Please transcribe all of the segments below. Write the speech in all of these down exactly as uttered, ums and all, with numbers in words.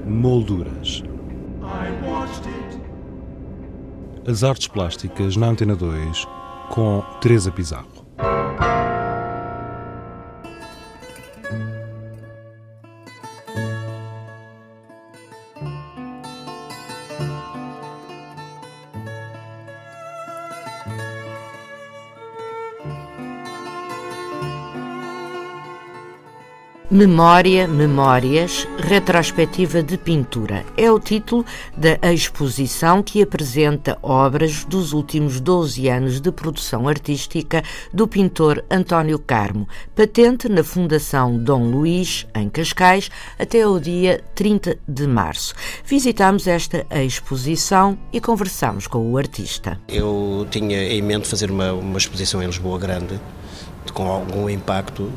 Molduras. As artes plásticas na Antena dois com Teresa Pizarro. Memória, Memórias, Retrospectiva de Pintura é o título da exposição que apresenta obras dos últimos doze anos de produção artística do pintor António Carmo, patente na Fundação Dom Luís, em Cascais, até ao dia trinta de março. Visitámos esta exposição e conversamos com o artista. Eu tinha em mente fazer uma, uma exposição em Lisboa grande, com algum impacto,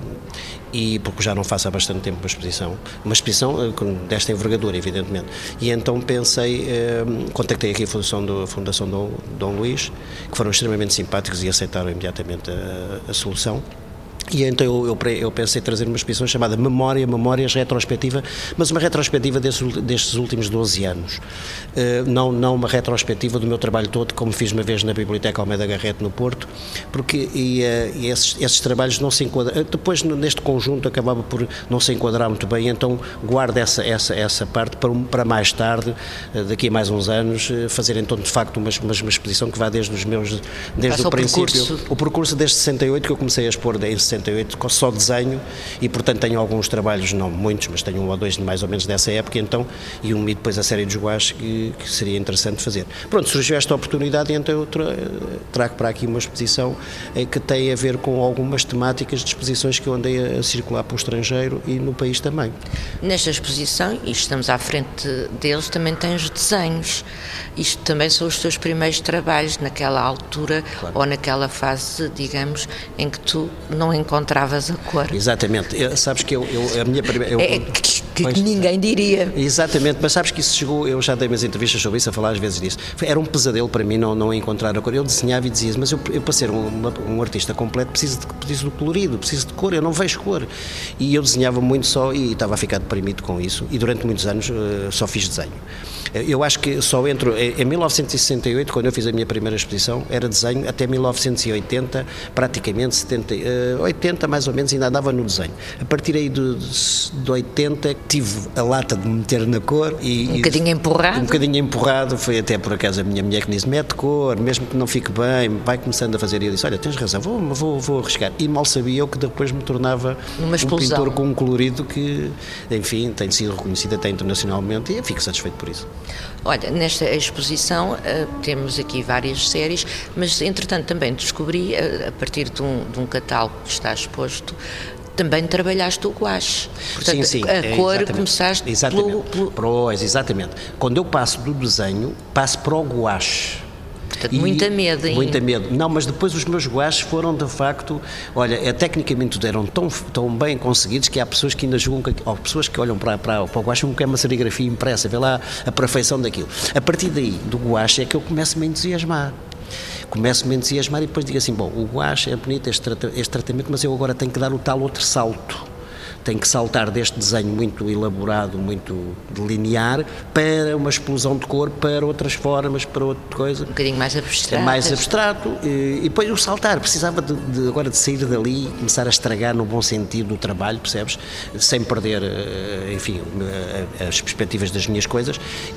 e porque já não faço há bastante tempo uma exposição, uma exposição desta envergadura, evidentemente. E então pensei, eh, contactei aqui a Fundação, do, a Fundação Dom, Dom Luís, que foram extremamente simpáticos e aceitaram imediatamente a, a solução. E então eu, eu, eu pensei em trazer uma exposição chamada Memória, Memórias, Retrospectiva, mas uma retrospectiva destes, destes últimos doze anos. Uh, não, não uma retrospectiva do meu trabalho todo, como fiz uma vez na Biblioteca Almeida Garrett, no Porto, porque e, uh, e esses, esses trabalhos não se enquadram. Depois, neste conjunto, acabava por não se enquadrar muito bem, então guardo essa, essa, essa parte para, para mais tarde, uh, daqui a mais uns anos, uh, fazer então de facto uma, uma, uma exposição que vá desde os meus, desde o, o princípio. Percurso. O percurso desde sessenta e oito, que eu comecei a expor em sessenta e oito, só desenho, e portanto tenho alguns trabalhos, não muitos, mas tenho um ou dois mais ou menos dessa época, então, e um e depois a série dos guaches que, que seria interessante fazer. Pronto, surgiu esta oportunidade e então eu tra trago para aqui uma exposição eh, que tem a ver com algumas temáticas de exposições que eu andei a circular para o estrangeiro e no país também. Nesta exposição, e estamos à frente deles, também tens desenhos. Isto também são os teus primeiros trabalhos naquela altura, claro, ou naquela fase, digamos, em que tu não encontravas a cor. Exatamente. Eu, sabes que eu, eu a minha primeira... Eu, é que, que pois, ninguém diria. Exatamente, mas sabes que isso chegou, eu já dei umas entrevistas sobre isso, a falar às vezes disso. Era um pesadelo para mim não, não encontrar a cor. Eu desenhava e dizia, mas eu, eu para ser um, uma, um artista completo preciso de, preciso de colorido, preciso de cor, eu não vejo cor. E eu desenhava muito só e estava a ficar deprimido com isso, e durante muitos anos uh, só fiz desenho. Eu acho que só entro, em mil novecentos e sessenta e oito, quando eu fiz a minha primeira exposição, era desenho, até mil novecentos e oitenta, praticamente setenta, oitenta mais ou menos, ainda andava no desenho. A partir aí de, de oitenta, tive a lata de me meter na cor. E, um bocadinho empurrado? Um bocadinho empurrado, foi até por acaso a minha mulher que disse, mete cor, mesmo que não fique bem, vai começando a fazer. E eu disse, olha, tens razão, vou, vou, vou arriscar. E mal sabia eu que depois me tornava um pintor com um colorido que, enfim, tem sido reconhecido até internacionalmente, e fico satisfeito por isso. Olha, nesta exposição uh, temos aqui várias séries, mas entretanto também descobri, uh, a partir de um, de um catálogo que está exposto, também trabalhaste o guache. Portanto, sim, sim, a é, cor exatamente, começaste exatamente. pelo... Pois, exatamente. Quando eu passo do desenho, passo para o guache. Portanto, muita medo ainda. Muita medo. Não, mas depois os meus guaches foram, de facto, olha, é, tecnicamente eram tão, tão bem conseguidos que há pessoas que ainda julgam, que, ou pessoas que olham para, para, para o guache como que é uma serigrafia impressa, vê lá a perfeição daquilo. A partir daí, do guache, é que eu começo-me a entusiasmar. Começo-me a entusiasmar e depois digo assim, bom, o guache é bonito, este, este tratamento, mas eu agora tenho que dar o tal outro salto. Tem que saltar deste desenho muito elaborado, muito linear, para uma explosão de cor, para outras formas, para outra coisa. Um bocadinho mais abstrato. É mais abstrato. E, e depois o saltar, precisava de, de, agora de sair dali e começar a estragar no bom sentido o trabalho, percebes? Sem perder, enfim, as perspectivas das minhas coisas.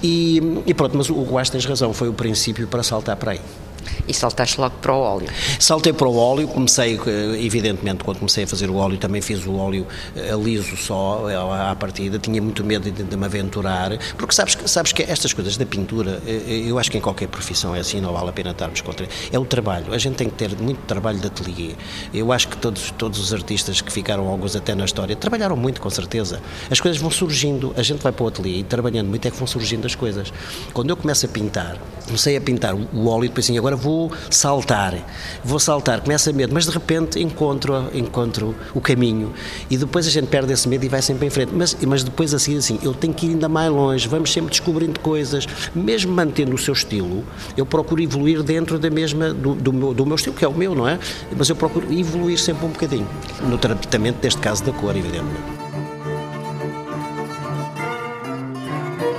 E, e pronto, mas o guache, tens razão, foi o princípio para saltar para aí. E saltaste logo para o óleo? Saltei para o óleo, comecei, evidentemente, quando comecei a fazer o óleo, também fiz o óleo a liso só, à partida, tinha muito medo de, de me aventurar, porque sabes, sabes que estas coisas da pintura, eu acho que em qualquer profissão é assim, não vale a pena estarmos contra, é o trabalho, a gente tem que ter muito trabalho de ateliê. Eu acho que todos, todos os artistas que ficaram, alguns até na história, trabalharam muito, com certeza. As coisas vão surgindo, a gente vai para o ateliê e trabalhando muito é que vão surgindo as coisas. Quando eu começo a pintar, comecei a pintar o óleo e depois assim, agora vou saltar, vou saltar, começa a medo, mas de repente encontro, encontro o caminho e depois a gente perde esse medo e vai sempre em frente, mas, mas depois assim, assim, eu tenho que ir ainda mais longe, vamos sempre descobrindo coisas, mesmo mantendo o seu estilo, eu procuro evoluir dentro da mesma, do, do, meu, do meu estilo, que é o meu, não é? Mas eu procuro evoluir sempre um bocadinho, no tratamento deste caso da cor, evidentemente.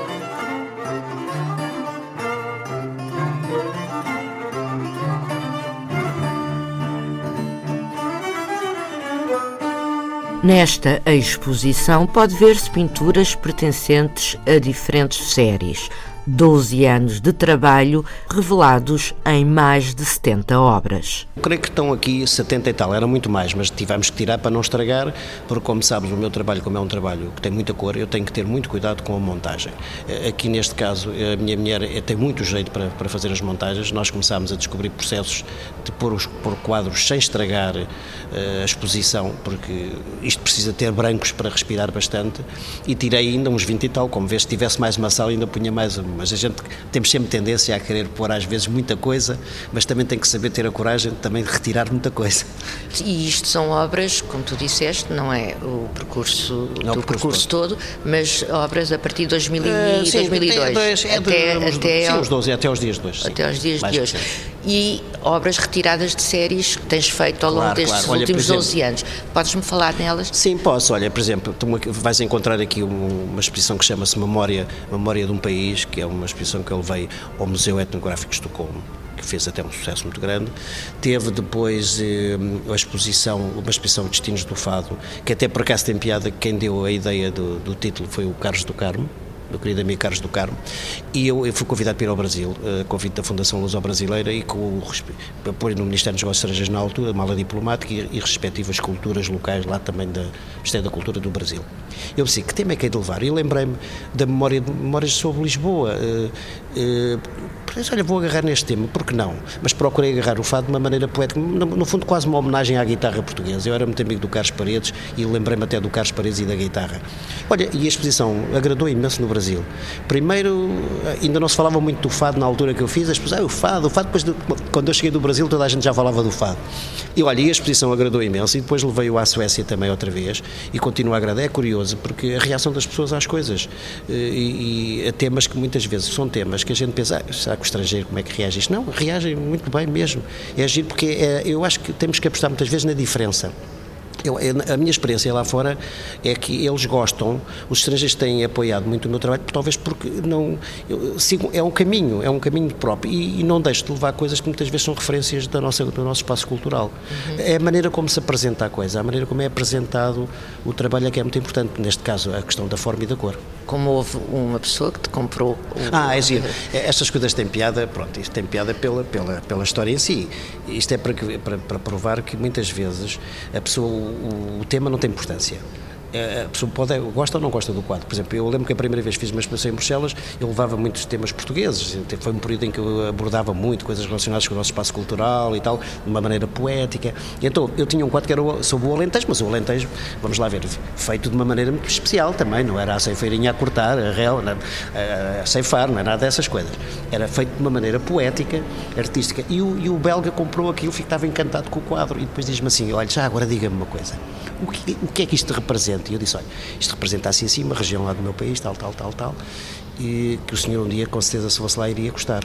Nesta exposição pode ver-se pinturas pertencentes a diferentes séries. doze anos de trabalho revelados em mais de setenta obras. Eu creio que estão aqui setenta e tal, era muito mais, mas tivemos que tirar para não estragar, porque como sabes, o meu trabalho, como é um trabalho que tem muita cor, eu tenho que ter muito cuidado com a montagem. Aqui neste caso, a minha mulher tem muito jeito para, para fazer as montagens, nós começámos a descobrir processos de pôr os pôr quadros sem estragar uh, a exposição, porque isto precisa ter brancos para respirar bastante, e tirei ainda uns vinte e tal, como vês, se tivesse mais uma sala ainda punha mais uma. Mas a gente temos sempre tendência a querer pôr às vezes muita coisa, mas também tem que saber ter a coragem também de retirar muita coisa. E isto são obras, como tu disseste, não é o percurso não do o percurso, percurso todo, mas obras a partir de dois mil e dois, uh, sim, dois mil e dois, dois, é até, de, até, sim, os doze, até aos dias de hoje. Sim, até aos dias de hoje. Recente. E obras retiradas de séries que tens feito ao longo claro, destes claro. Olha, últimos exemplo, doze anos. Podes-me falar nelas? Sim, posso. Olha, por exemplo, tu vais encontrar aqui uma exposição que chama-se Memória, Memória de um País, que é uma exposição que eu levei ao Museu Etnográfico de Estocolmo, que fez até um sucesso muito grande. Teve depois eh, a exposição, uma exposição Destinos do Fado, que até por acaso tem piada, que quem deu a ideia do, do título foi o Carlos do Carmo, do querido amigo Carlos do Carmo, e eu, eu fui convidado para ir ao Brasil, uh, convite da Fundação Luso-Brasileira, e com o apoio do Ministério dos Negócios Estrangeiros na altura, mala diplomática e, e respectivas culturas locais lá também da Ministério da Cultura do Brasil. Eu disse, que tema é que hei de levar? E lembrei-me da memória de memórias sobre Lisboa. Uh, uh, Disse, olha, vou agarrar neste tema, porque não? Mas procurei agarrar o fado de uma maneira poética, no, no fundo quase uma homenagem à guitarra portuguesa. Eu era muito amigo do Carlos Paredes e lembrei-me até do Carlos Paredes e da guitarra. Olha, e a exposição agradou imenso no Brasil. Primeiro, ainda não se falava muito do fado na altura que eu fiz, as pessoas, ah, o fado, o fado, depois de, quando eu cheguei do Brasil toda a gente já falava do fado. E olha, e a exposição agradou imenso, e depois levei-o à Suécia também outra vez, e continua a agradar. É curioso, porque a reação das pessoas às coisas, e, e a temas que muitas vezes são temas que a gente pensa, ah, será que o estrangeiro como é que reage isto? Não, reagem muito bem mesmo. É agir, porque é, eu acho que temos que apostar muitas vezes na diferença. Eu, a minha experiência lá fora é que eles gostam, os estrangeiros têm apoiado muito o meu trabalho, talvez porque não, eu, sigo, é um caminho, é um caminho próprio, e, e não deixo de levar coisas que muitas vezes são referências da nossa, do nosso espaço cultural. Uhum. É a maneira como se apresenta a coisa, a maneira como é apresentado o trabalho é que é muito importante, neste caso a questão da forma e da cor. Como houve uma pessoa que te comprou... O... Ah, é giro. Estas coisas têm piada, pronto, isto tem piada pela, pela, pela história em si. Isto é para, para, para provar que muitas vezes a pessoa, o, o tema não tem importância. A pessoa pode, gosta ou não gosta do quadro. Por exemplo, eu lembro que a primeira vez que fiz uma exposição em Bruxelas, eu levava muitos temas portugueses. Foi um período em que eu abordava muito coisas relacionadas com o nosso espaço cultural e tal, de uma maneira poética. E então, eu tinha um quadro que era sobre o Alentejo, mas o Alentejo, vamos lá ver, feito de uma maneira muito especial também, não era a ceifeirinha a cortar, a réu, a ceifar, não é nada dessas coisas. Era feito de uma maneira poética, artística. E o, e o belga comprou aquilo, ficava encantado com o quadro, e depois diz-me assim, olha, já agora diga-me uma coisa, o que, o que é que isto representa? E eu disse, olha, isto representa assim assim, uma região lá do meu país, tal, tal, tal, tal, e que o senhor um dia, com certeza, se fosse lá, iria gostar.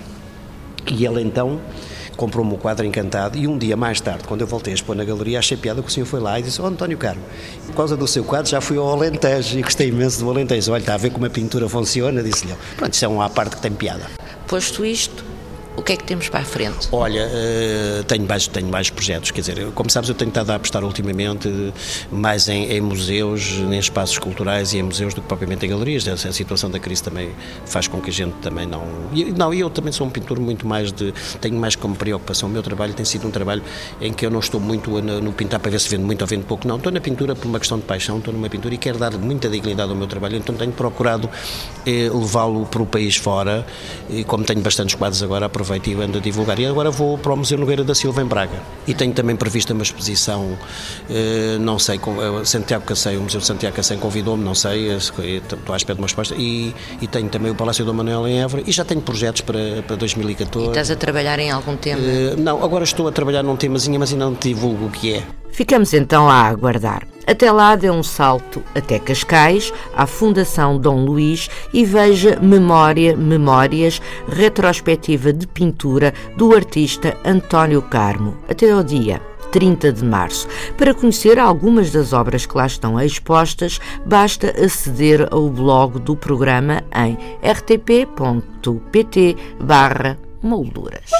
E ele então comprou-me o quadro encantado, e um dia mais tarde, quando eu voltei a expor na galeria, achei piada que o senhor foi lá e disse, oh António Carmo, por causa do seu quadro já fui ao Alentejo e gostei imenso do Alentejo. Olha, está a ver como a pintura funciona? Disse-lhe, pronto, isso é uma à parte que tem piada. Posto isto, o que é que temos para a frente? Olha, uh, tenho, mais, tenho mais projetos, quer dizer, eu, como sabes, eu tenho estado a apostar ultimamente mais em, em museus, em espaços culturais e em museus do que propriamente em galerias. A, a situação da crise também faz com que a gente também não... E, não, eu também sou um pintor muito mais de... Tenho mais como preocupação, o meu trabalho tem sido um trabalho em que eu não estou muito no, no pintar para ver se vendo muito ou vendo pouco, não, estou na pintura por uma questão de paixão, estou numa pintura e quero dar muita dignidade ao meu trabalho, então tenho procurado eh, levá-lo para o país fora, e como tenho bastantes quadros agora, aproveito e ando a divulgar. E agora vou para o Museu Nogueira da Silva em Braga. E tenho também prevista uma exposição, eh, não sei, com, eh, Santiago Cacém, o Museu de Santiago Cacém convidou-me, não sei, estou à espera de uma resposta. E, e tenho também o Palácio Dom Manuel em Évora, e já tenho projetos para, para dois mil e catorze. E estás a trabalhar em algum tema? Eh, não, agora estou a trabalhar num temazinho, mas ainda não te divulgo o que é. Ficamos então a aguardar. Até lá dê um salto até Cascais, à Fundação Dom Luís, e veja Memória, Memórias, retrospectiva de pintura do artista António Carmo, até ao dia trinta de março. Para conhecer algumas das obras que lá estão expostas, basta aceder ao blog do programa em r t p ponto p t barra molduras.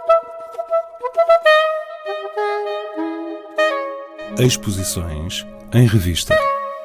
Exposições em revista.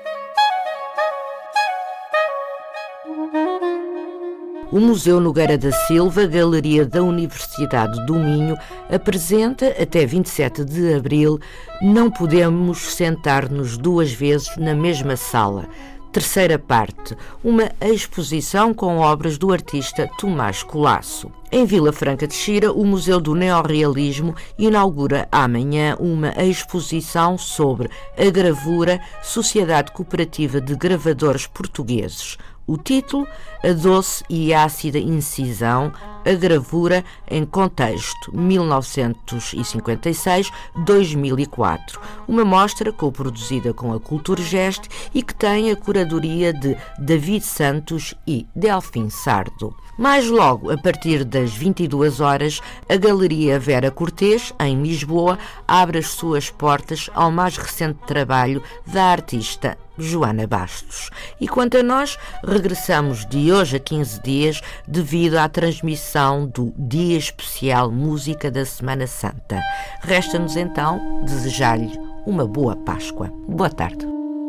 O Museu Nogueira da Silva, Galeria da Universidade do Minho, apresenta, até vinte e sete de abril, Não Podemos Sentar-nos Duas Vezes na Mesma Sala. Terceira parte, uma exposição com obras do artista Tomás Colasso. Em Vila Franca de Xira, o Museu do Neorrealismo inaugura amanhã uma exposição sobre a gravura Sociedade Cooperativa de Gravadores Portugueses. O título, A Doce e Ácida Incisão, a gravura em contexto mil novecentos e cinquenta e seis a dois mil e quatro. Uma mostra coproduzida com a Culturgest e que tem a curadoria de David Santos e Delfim Sardo. Mais logo, a partir das vinte e duas horas, a Galeria Vera Cortês, em Lisboa, abre as suas portas ao mais recente trabalho da artista Joana Bastos. E quanto a nós, regressamos de hoje a quinze dias devido à transmissão do Dia Especial Música da Semana Santa. Resta-nos então desejar-lhe uma boa Páscoa. Boa tarde.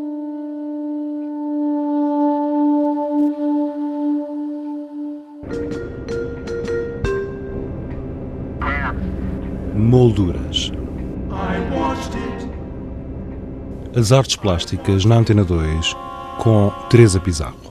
Molduras. As artes plásticas na Antena dois com Teresa Pizarro.